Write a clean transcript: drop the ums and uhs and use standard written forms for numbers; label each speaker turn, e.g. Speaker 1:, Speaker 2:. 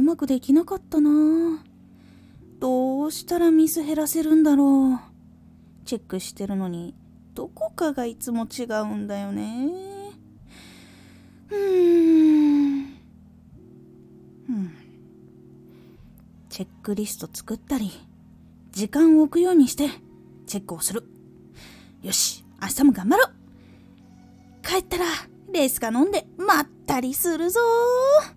Speaker 1: まくできなかったな。どうしたらミス減らせるんだろう。チェックしてるのにどこかがいつも違うんだよね。チェックリスト作ったり時間を置くようにしてチェックをする。よし、明日も頑張ろう。帰ったらレースか飲んでまったりするぞ。